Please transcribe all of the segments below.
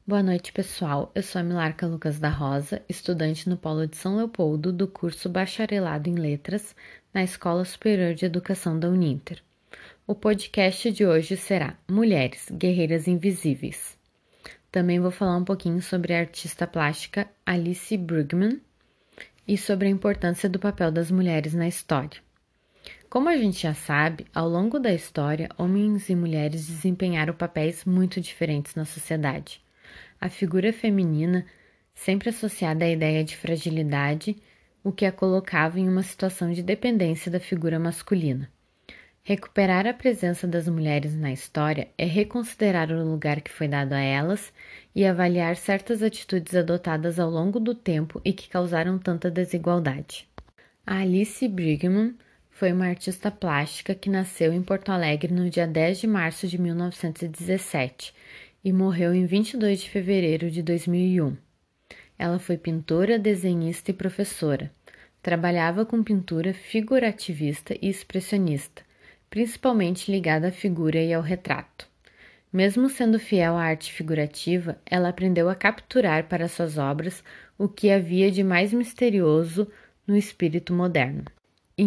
Boa noite, pessoal. Eu sou a Milarca Lucas da Rosa, estudante no Polo de São Leopoldo do curso Bacharelado em Letras na Escola Superior de Educação da Uninter. O podcast de hoje será Mulheres, Guerreiras Invisíveis. Também vou falar um pouquinho sobre a artista plástica Alice Brugman e sobre a importância do papel das mulheres na história. Como a gente já sabe, ao longo da história, homens e mulheres desempenharam papéis muito diferentes na sociedade. A figura feminina, sempre associada à ideia de fragilidade, o que a colocava em uma situação de dependência da figura masculina. Recuperar a presença das mulheres na história é reconsiderar o lugar que foi dado a elas e avaliar certas atitudes adotadas ao longo do tempo e que causaram tanta desigualdade. A Alice Brugman foi uma artista plástica que nasceu em Porto Alegre no dia 10 de março de 1917 e morreu em 22 de fevereiro de 2001. Ela foi pintora, desenhista e professora. Trabalhava com pintura figurativista e expressionista, principalmente ligada à figura e ao retrato. Mesmo sendo fiel à arte figurativa, ela aprendeu a capturar para suas obras o que havia de mais misterioso no espírito moderno. Em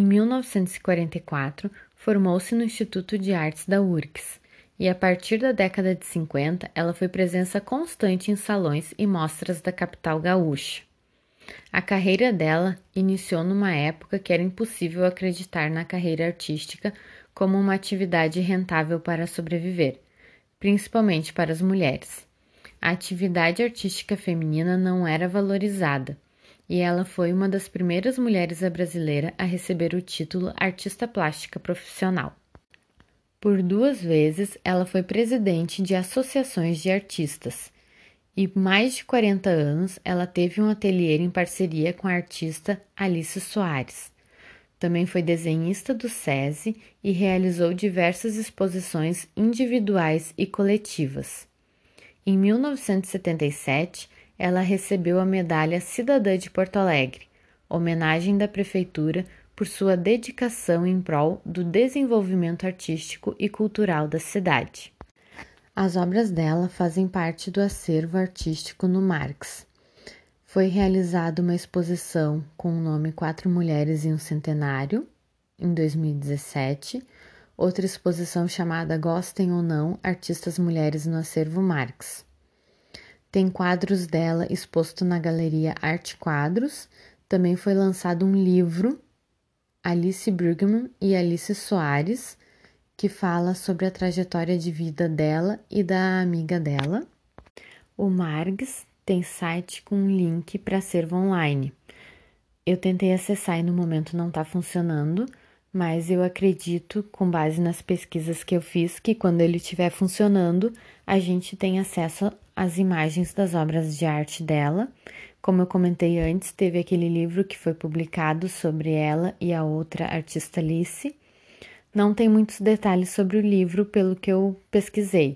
1944, formou-se no Instituto de Artes da URGS e, a partir da década de 50, ela foi presença constante em salões e mostras da capital gaúcha. A carreira dela iniciou numa época que era impossível acreditar na carreira artística como uma atividade rentável para sobreviver, principalmente para as mulheres. A atividade artística feminina não era valorizada, e ela foi uma das primeiras mulheres brasileiras a receber o título Artista Plástica Profissional. Por 2 vezes, ela foi presidente de associações de artistas, e por mais de 40 anos ela teve um ateliê em parceria com a artista Alice Soares. Também foi desenhista do SESI e realizou diversas exposições individuais e coletivas. Em 1977, ela recebeu a medalha Cidadã de Porto Alegre, homenagem da prefeitura por sua dedicação em prol do desenvolvimento artístico e cultural da cidade. As obras dela fazem parte do acervo artístico no Marx. Foi realizada uma exposição com o nome 4 Mulheres em um Centenário, em 2017, outra exposição chamada Gostem ou Não, Artistas Mulheres no Acervo Marx. Tem quadros dela exposto na Galeria Arte Quadros. Também foi lançado um livro, Alice Brugman e Alice Soares, que fala sobre a trajetória de vida dela e da amiga dela. O Marx tem site com um link para acervo online. Eu tentei acessar e no momento não está funcionando, mas eu acredito, com base nas pesquisas que eu fiz, que quando ele estiver funcionando, a gente tem acesso às imagens das obras de arte dela. Como eu comentei antes, teve aquele livro que foi publicado sobre ela e a outra artista Alice. Não tem muitos detalhes sobre o livro pelo que eu pesquisei,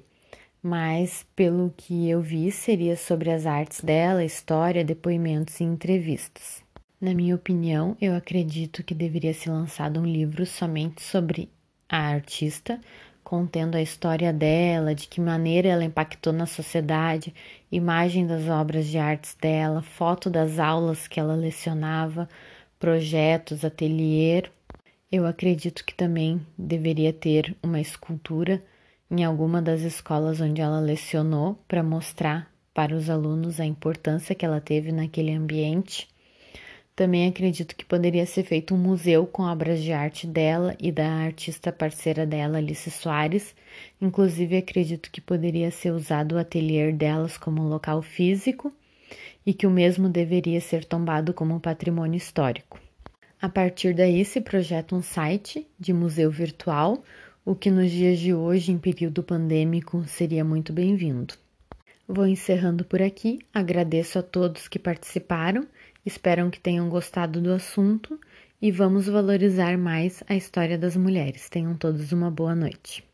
mas pelo que eu vi seria sobre as artes dela, história, depoimentos e entrevistas. Na minha opinião, eu acredito que deveria ser lançado um livro somente sobre a artista, contendo a história dela, de que maneira ela impactou na sociedade, imagem das obras de artes dela, foto das aulas que ela lecionava, projetos, ateliê. Eu acredito que também deveria ter uma escultura em alguma das escolas onde ela lecionou para mostrar para os alunos a importância que ela teve naquele ambiente. Também acredito que poderia ser feito um museu com obras de arte dela e da artista parceira dela, Alice Soares. Inclusive, acredito que poderia ser usado o ateliê delas como local físico e que o mesmo deveria ser tombado como patrimônio histórico. A partir daí, se projeta um site de museu virtual, o que nos dias de hoje, em período pandêmico, seria muito bem-vindo. Vou encerrando por aqui, agradeço a todos que participaram, espero que tenham gostado do assunto e vamos valorizar mais a história das mulheres. Tenham todos uma boa noite.